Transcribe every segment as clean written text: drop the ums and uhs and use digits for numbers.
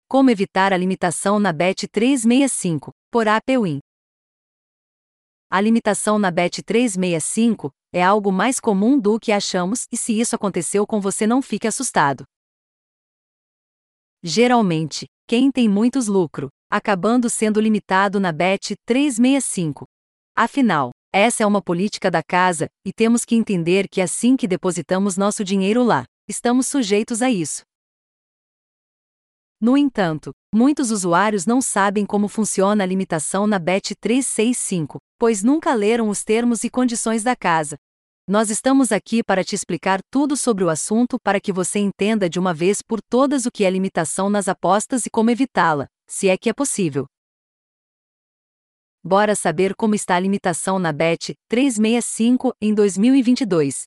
Como evitar a limitação na Bet365, por APWin. A limitação na Bet365 é algo mais comum do que achamos, e se isso aconteceu com você, não fique assustado. Geralmente, quem tem muitos lucros, acabando sendo limitado na Bet365. Afinal, essa é uma política da casa, e temos que entender que assim que depositamos nosso dinheiro lá, estamos sujeitos a isso. No entanto, muitos usuários não sabem como funciona a limitação na Bet365, pois nunca leram os termos e condições da casa. Nós estamos aqui para te explicar tudo sobre o assunto para que você entenda de uma vez por todas o que é limitação nas apostas e como evitá-la, se é que é possível. Bora saber como está a limitação na Bet365 em 2022.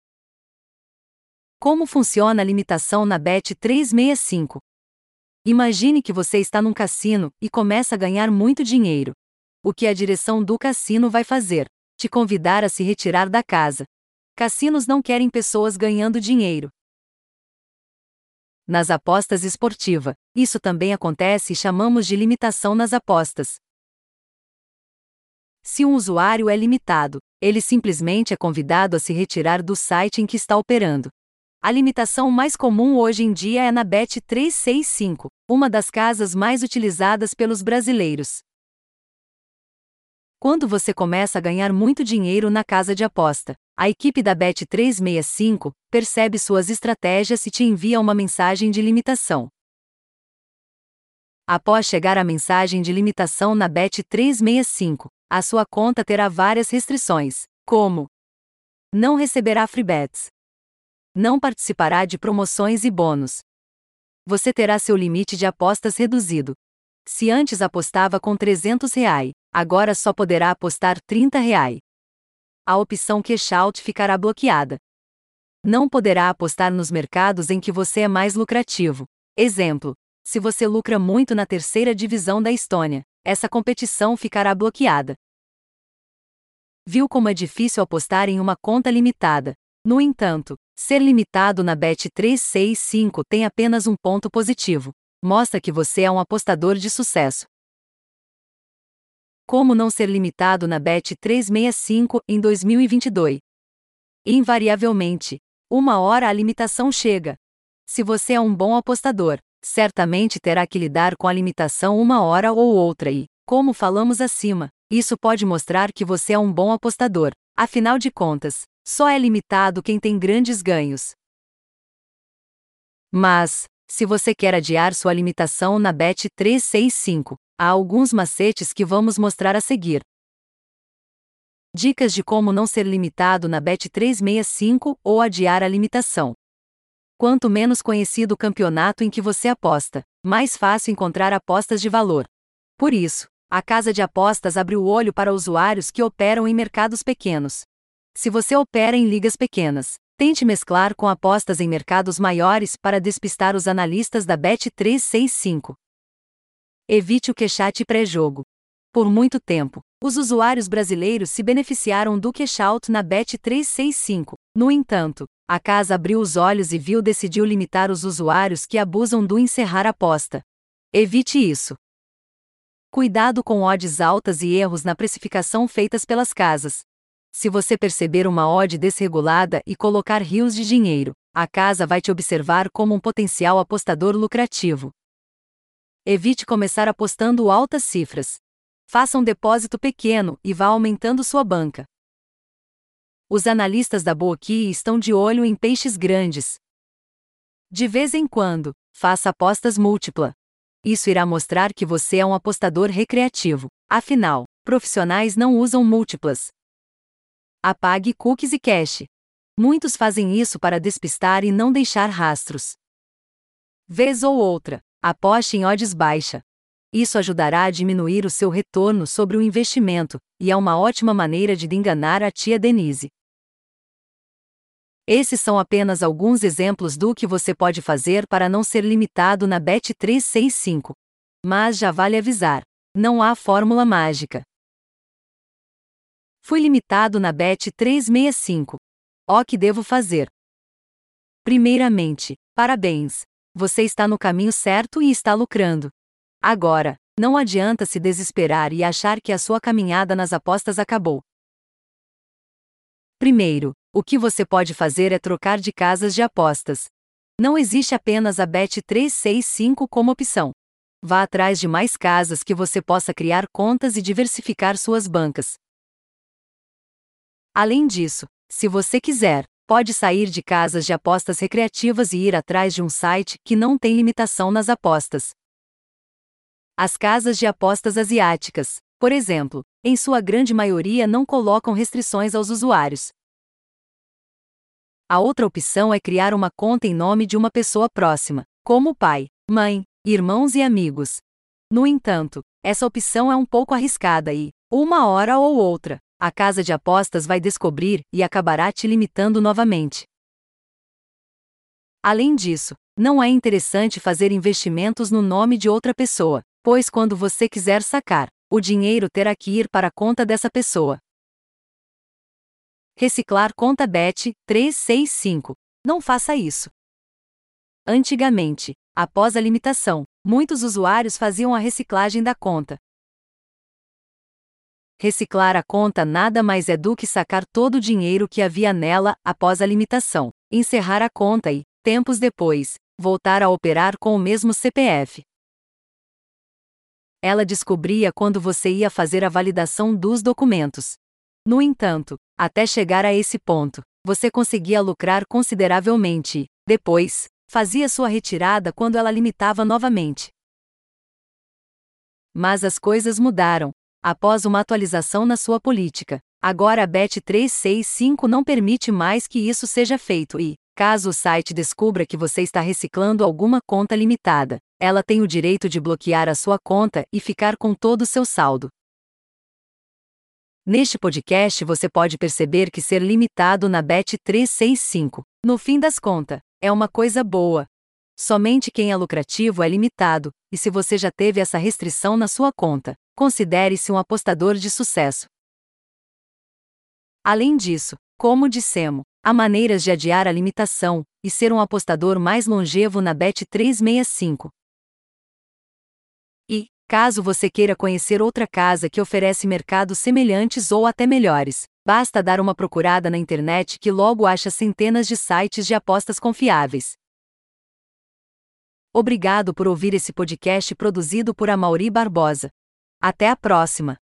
Como funciona a limitação na Bet365? Imagine que você está num cassino e começa a ganhar muito dinheiro. O que a direção do cassino vai fazer? Te convidar a se retirar da casa. Cassinos não querem pessoas ganhando dinheiro. Nas apostas esportivas, isso também acontece e chamamos de limitação nas apostas. Se um usuário é limitado, ele simplesmente é convidado a se retirar do site em que está operando. A limitação mais comum hoje em dia é na Bet365, uma das casas mais utilizadas pelos brasileiros. Quando você começa a ganhar muito dinheiro na casa de aposta, a equipe da Bet365 percebe suas estratégias e te envia uma mensagem de limitação. Após chegar a mensagem de limitação na Bet365, a sua conta terá várias restrições, como: não receberá free bets, não participará de promoções e bônus. Você terá seu limite de apostas reduzido. Se antes apostava com R$ 300, agora só poderá apostar R$ 30. A opção Cash Out ficará bloqueada. Não poderá apostar nos mercados em que você é mais lucrativo. Exemplo: se você lucra muito na terceira divisão da Estônia, essa competição ficará bloqueada. Viu como é difícil apostar em uma conta limitada? No entanto, ser limitado na Bet365 tem apenas um ponto positivo: mostra que você é um apostador de sucesso. Como não ser limitado na Bet365 em 2022? Invariavelmente, uma hora a limitação chega. Se você é um bom apostador, certamente terá que lidar com a limitação uma hora ou outra e, como falamos acima, isso pode mostrar que você é um bom apostador. Afinal de contas, só é limitado quem tem grandes ganhos. Mas, se você quer adiar sua limitação na Bet365, há alguns macetes que vamos mostrar a seguir. Dicas de como não ser limitado na Bet365 ou adiar a limitação. Quanto menos conhecido o campeonato em que você aposta, mais fácil encontrar apostas de valor. Por isso, a casa de apostas abre o olho para usuários que operam em mercados pequenos. Se você opera em ligas pequenas, tente mesclar com apostas em mercados maiores para despistar os analistas da Bet365. Evite o cash out pré-jogo. Por muito tempo, os usuários brasileiros se beneficiaram do cash out na Bet365. No entanto, a casa abriu os olhos e decidiu limitar os usuários que abusam do encerrar aposta. Evite isso. Cuidado com odds altas e erros na precificação feitas pelas casas. Se você perceber uma odd desregulada e colocar rios de dinheiro, a casa vai te observar como um potencial apostador lucrativo. Evite começar apostando altas cifras. Faça um depósito pequeno e vá aumentando sua banca. Os analistas da Bookie estão de olho em peixes grandes. De vez em quando, faça apostas múltiplas. Isso irá mostrar que você é um apostador recreativo. Afinal, profissionais não usam múltiplas. Apague cookies e cache. Muitos fazem isso para despistar e não deixar rastros. Vez ou outra, aposte em odds baixa. Isso ajudará a diminuir o seu retorno sobre o investimento, e é uma ótima maneira de enganar a tia Denise. Esses são apenas alguns exemplos do que você pode fazer para não ser limitado na Bet365. Mas já vale avisar: não há fórmula mágica. Fui limitado na Bet365. O que devo fazer? Primeiramente, parabéns! Você está no caminho certo e está lucrando. Agora, não adianta se desesperar e achar que a sua caminhada nas apostas acabou. Primeiro, o que você pode fazer é trocar de casas de apostas. Não existe apenas a Bet365 como opção. Vá atrás de mais casas que você possa criar contas e diversificar suas bancas. Além disso, se você quiser, pode sair de casas de apostas recreativas e ir atrás de um site que não tem limitação nas apostas. As casas de apostas asiáticas, por exemplo, em sua grande maioria não colocam restrições aos usuários. A outra opção é criar uma conta em nome de uma pessoa próxima, como pai, mãe, irmãos e amigos. No entanto, essa opção é um pouco arriscada e, uma hora ou outra, a casa de apostas vai descobrir e acabará te limitando novamente. Além disso, não é interessante fazer investimentos no nome de outra pessoa, pois quando você quiser sacar, o dinheiro terá que ir para a conta dessa pessoa. Reciclar conta Bet365. Não faça isso. Antigamente, após a limitação, muitos usuários faziam a reciclagem da conta. Reciclar a conta nada mais é do que sacar todo o dinheiro que havia nela após a limitação, encerrar a conta e, tempos depois, voltar a operar com o mesmo CPF. Ela descobria quando você ia fazer a validação dos documentos. No entanto, até chegar a esse ponto, você conseguia lucrar consideravelmente e, depois, fazia sua retirada quando ela limitava novamente. Mas as coisas mudaram. Após uma atualização na sua política, agora a Bet365 não permite mais que isso seja feito e, caso o site descubra que você está reciclando alguma conta limitada, ela tem o direito de bloquear a sua conta e ficar com todo o seu saldo. Neste podcast você pode perceber que ser limitado na Bet365, no fim das contas, é uma coisa boa. Somente quem é lucrativo é limitado, e se você já teve essa restrição na sua conta, considere-se um apostador de sucesso. Além disso, como dissemos, há maneiras de adiar a limitação e ser um apostador mais longevo na Bet365. E, caso você queira conhecer outra casa que oferece mercados semelhantes ou até melhores, basta dar uma procurada na internet que logo acha centenas de sites de apostas confiáveis. Obrigado por ouvir esse podcast produzido por Amaury Barbosa. Até a próxima!